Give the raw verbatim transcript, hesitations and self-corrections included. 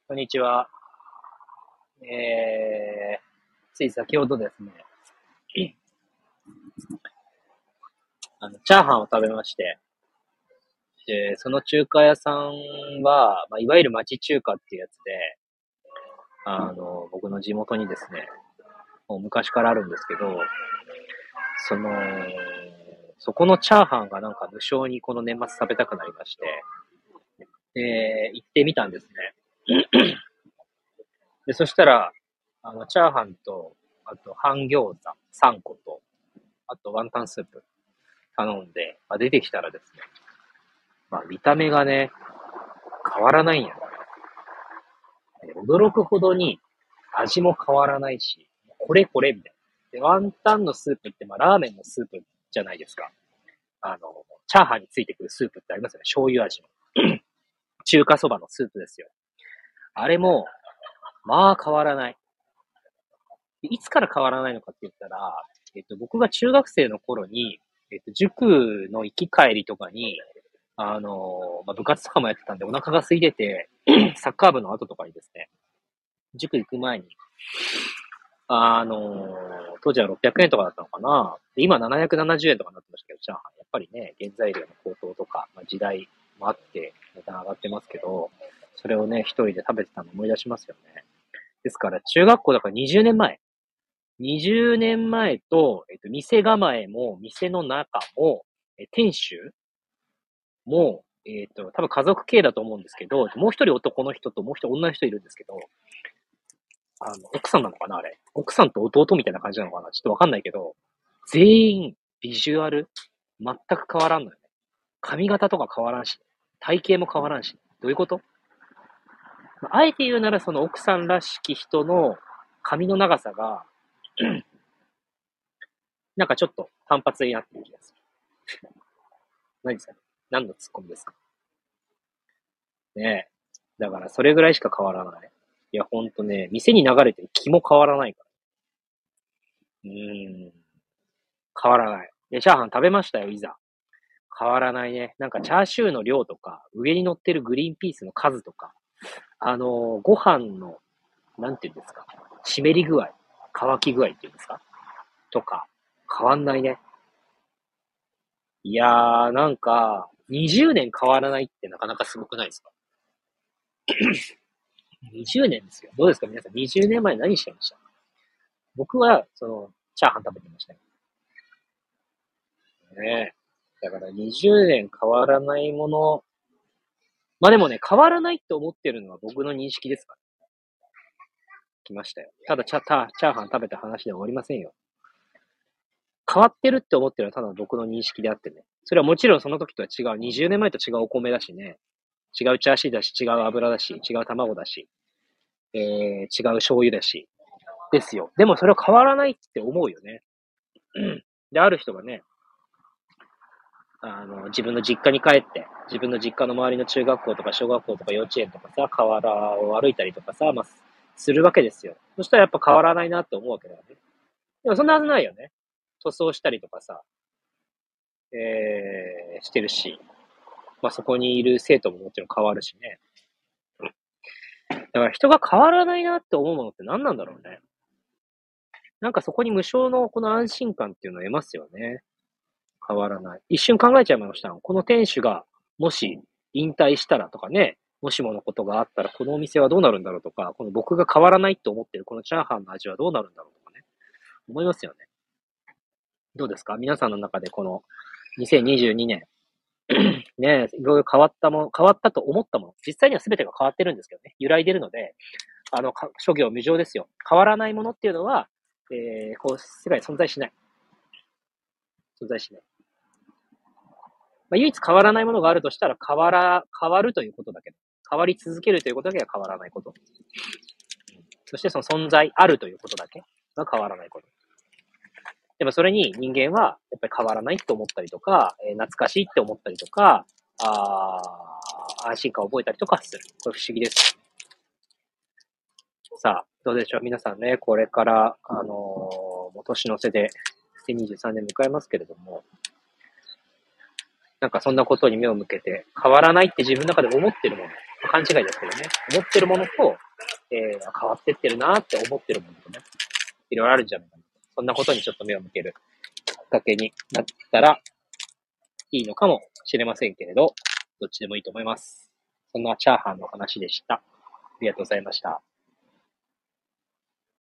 こんにちは。えー、つい先ほどですね、あの、チャーハンを食べまして、で、その中華屋さんは、まあ、いわゆる町中華っていうやつで、あの、僕の地元にですね、もう昔からあるんですけど、その、そこのチャーハンがなんか無性にこの年末食べたくなりまして、で、行ってみたんですね。で、そしたら、あの、チャーハンと、あと、半餃子さんこと、あと、ワンタンスープ頼んで、まあ、出てきたらですね、まあ、見た目がね、変わらないんや。驚くほどに味も変わらないし、これこれみたいな。で、ワンタンのスープって、まあ、ラーメンのスープじゃないですか。あの、チャーハンについてくるスープってありますよね。醤油味の。中華そばのスープですよ。あれも、まあ変わらない。いつから変わらないのかって言ったら、えっと、僕が中学生の頃に、えっと、塾の行き帰りとかに、あの、まあ、部活とかもやってたんでお腹が空いてて、サッカー部の後とかにですね、塾行く前に、あの、当時はろっぴゃくえんとかだったのかな。で今ななひゃくななじゅうえんとかになってましたけど、チャーハン。やっぱりね、原材料の高騰とか、まあ、時代もあって値段上がってますけど、それをね、一人で食べてたの思い出しますよね。ですから、中学校だからにじゅうねんまえ。にじゅうねんまえと、えっと、店構えも、店の中も、え店主も、えっと、多分家族系だと思うんですけど、もう一人男の人ともう一人女の人いるんですけど、あの、奥さんなのかなあれ。奥さんと弟みたいな感じなのかなちょっとわかんないけど、全員、ビジュアル、全く変わらんのよね。髪型とか変わらんし、体型も変わらんし。どういうこと？あえて言うなら、その奥さんらしき人の髪の長さが、なんかちょっと単発になってる気がする。何ですかね？何のツッコミですかね？え。だからそれぐらいしか変わらない。いや、ほんとね、店に流れてる気も変わらないから。うーん。変わらない。で、チャーハン食べましたよ、いざ。変わらないね。なんかチャーシューの量とか、上に乗ってるグリーンピースの数とか、あのーご飯の、なんていうんですか、湿り具合、乾き具合っていうんですかとか、変わんないね。いやー、なんか、にじゅうねん変わらないってなかなかすごくないですか？ にじゅう 年ですよ。どうですか皆さん、にじゅうねんまえ何してました？僕は、その、チャーハン食べてましたね。だからにじゅうねん変わらないもの、まあでもね、変わらないって思ってるのは僕の認識ですから。来ましたよ。ただチャ、タチャーハン食べた話では終わりませんよ。変わってるって思ってるのはただ僕の認識であってね。それはもちろんその時とは違う。にじゅうねんまえと違うお米だしね。違うチャーシューだし、違う油だし、違う卵だし、えー、違う醤油だし。ですよ。でもそれは変わらないって思うよね。うん。で、ある人がね、あの、自分の実家に帰って、自分の実家の周りの中学校とか小学校とか幼稚園とかさ、河原を歩いたりとかさ、まあ、するわけですよ。そしたらやっぱ変わらないなって思うわけだよね。でもそんなはずないよね。塗装したりとかさ、えー、してるし、まあそこにいる生徒ももちろん変わるしね。だから人が変わらないなって思うものって何なんだろうね。なんかそこに無償のこの安心感っていうのを得ますよね。変わらない。一瞬考えちゃいました。この店主がもし引退したらとかね、もしものことがあったらこのお店はどうなるんだろうとか、この僕が変わらないと思ってるこのチャーハンの味はどうなるんだろうとかね、思いますよね。どうですか皆さんの中でこのにせんにじゅうにねん、ね、いろいろ変わったもの、変わったと思ったもの、実際には全てが変わってるんですけどね、揺らいでるので、あの、諸行無常ですよ。変わらないものっていうのは、えー、こう、世界に存在しない。存在しない。まあ、唯一変わらないものがあるとしたら、変わら、変わるということだけど、変わり続けるということだけが変わらないこと。そしてその存在あるということだけが変わらないこと。でもそれに人間はやっぱり変わらないって思ったりとか、えー、懐かしいって思ったりとか、あ安心感を覚えたりとかする。これ不思議です。さあ、どうでしょう皆さんね、これから、あのー、もう年の瀬でにせんにじゅうさんねん迎えますけれども、なんかそんなことに目を向けて、変わらないって自分の中で思ってるもの、 勘違いですけどね、思ってるものと、えー、変わってってるなって思ってるものとね、いろいろあるんじゃないかな。そんなことにちょっと目を向けるきっかけになったらいいのかもしれませんけれど、どっちでもいいと思います。そんなチャーハンの話でした。ありがとうございました。